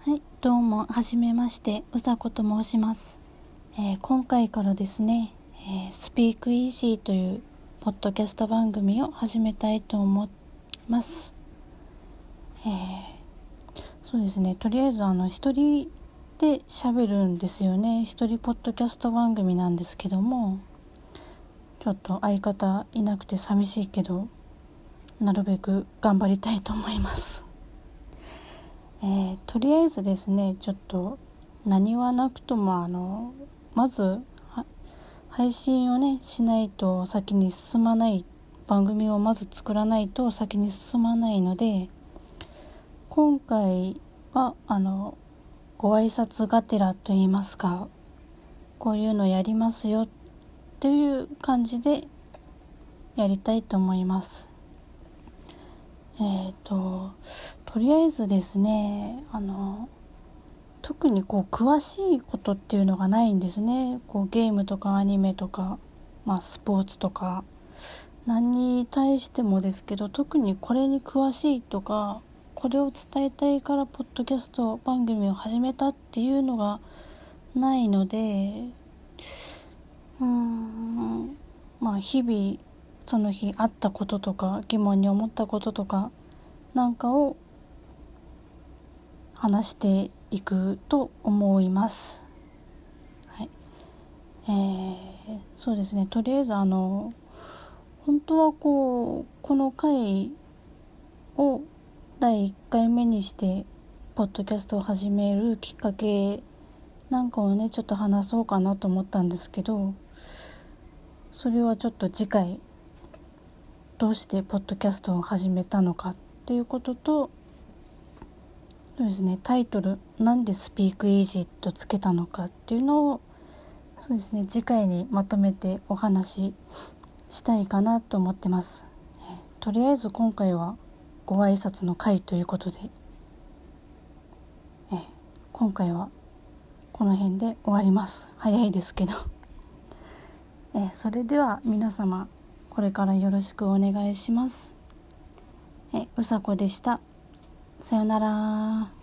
はい、どうもはじめまして、うさこと申します。今回からですね、スピークイージーというポッドキャスト番組を始めたいと思います。そうですね、とりあえず一人で喋るんですよね。一人ポッドキャスト番組なんですけども、ちょっと相方いなくて寂しいけど、なるべく頑張りたいと思います。とりあえずですね、ちょっと何はなくともまず配信をねしないと先に進まない、番組をまず作らないと先に進まないので、今回はご挨拶がてらと言いますか、こういうのやりますよっていう感じでやりたいと思います。とりあえずですね、特に詳しいことっていうのがないんですね。ゲームとかアニメとか、スポーツとか何に対してもですけど、特にこれに詳しいとか、これを伝えたいからポッドキャスト番組を始めたっていうのがないので、日々その日あったこととか疑問に思ったこととかなんかを話していくと思います。はい。そうですね、とりあえず本当はこの回を第1回目にしてポッドキャストを始めるきっかけなんかをねちょっと話そうかなと思ったんですけど、それはちょっと次回どうしてポッドキャストを始めたのかっていうことと、そうですね、タイトルなんでスピークイージーとつけたのかっていうのを、そうですね、次回にまとめてお話ししたいかなと思ってます。とりあえず今回はご挨拶の回ということで、今回はこの辺で終わります。早いですけどそれでは皆様これからよろしくお願いします。うさこでした。さよなら。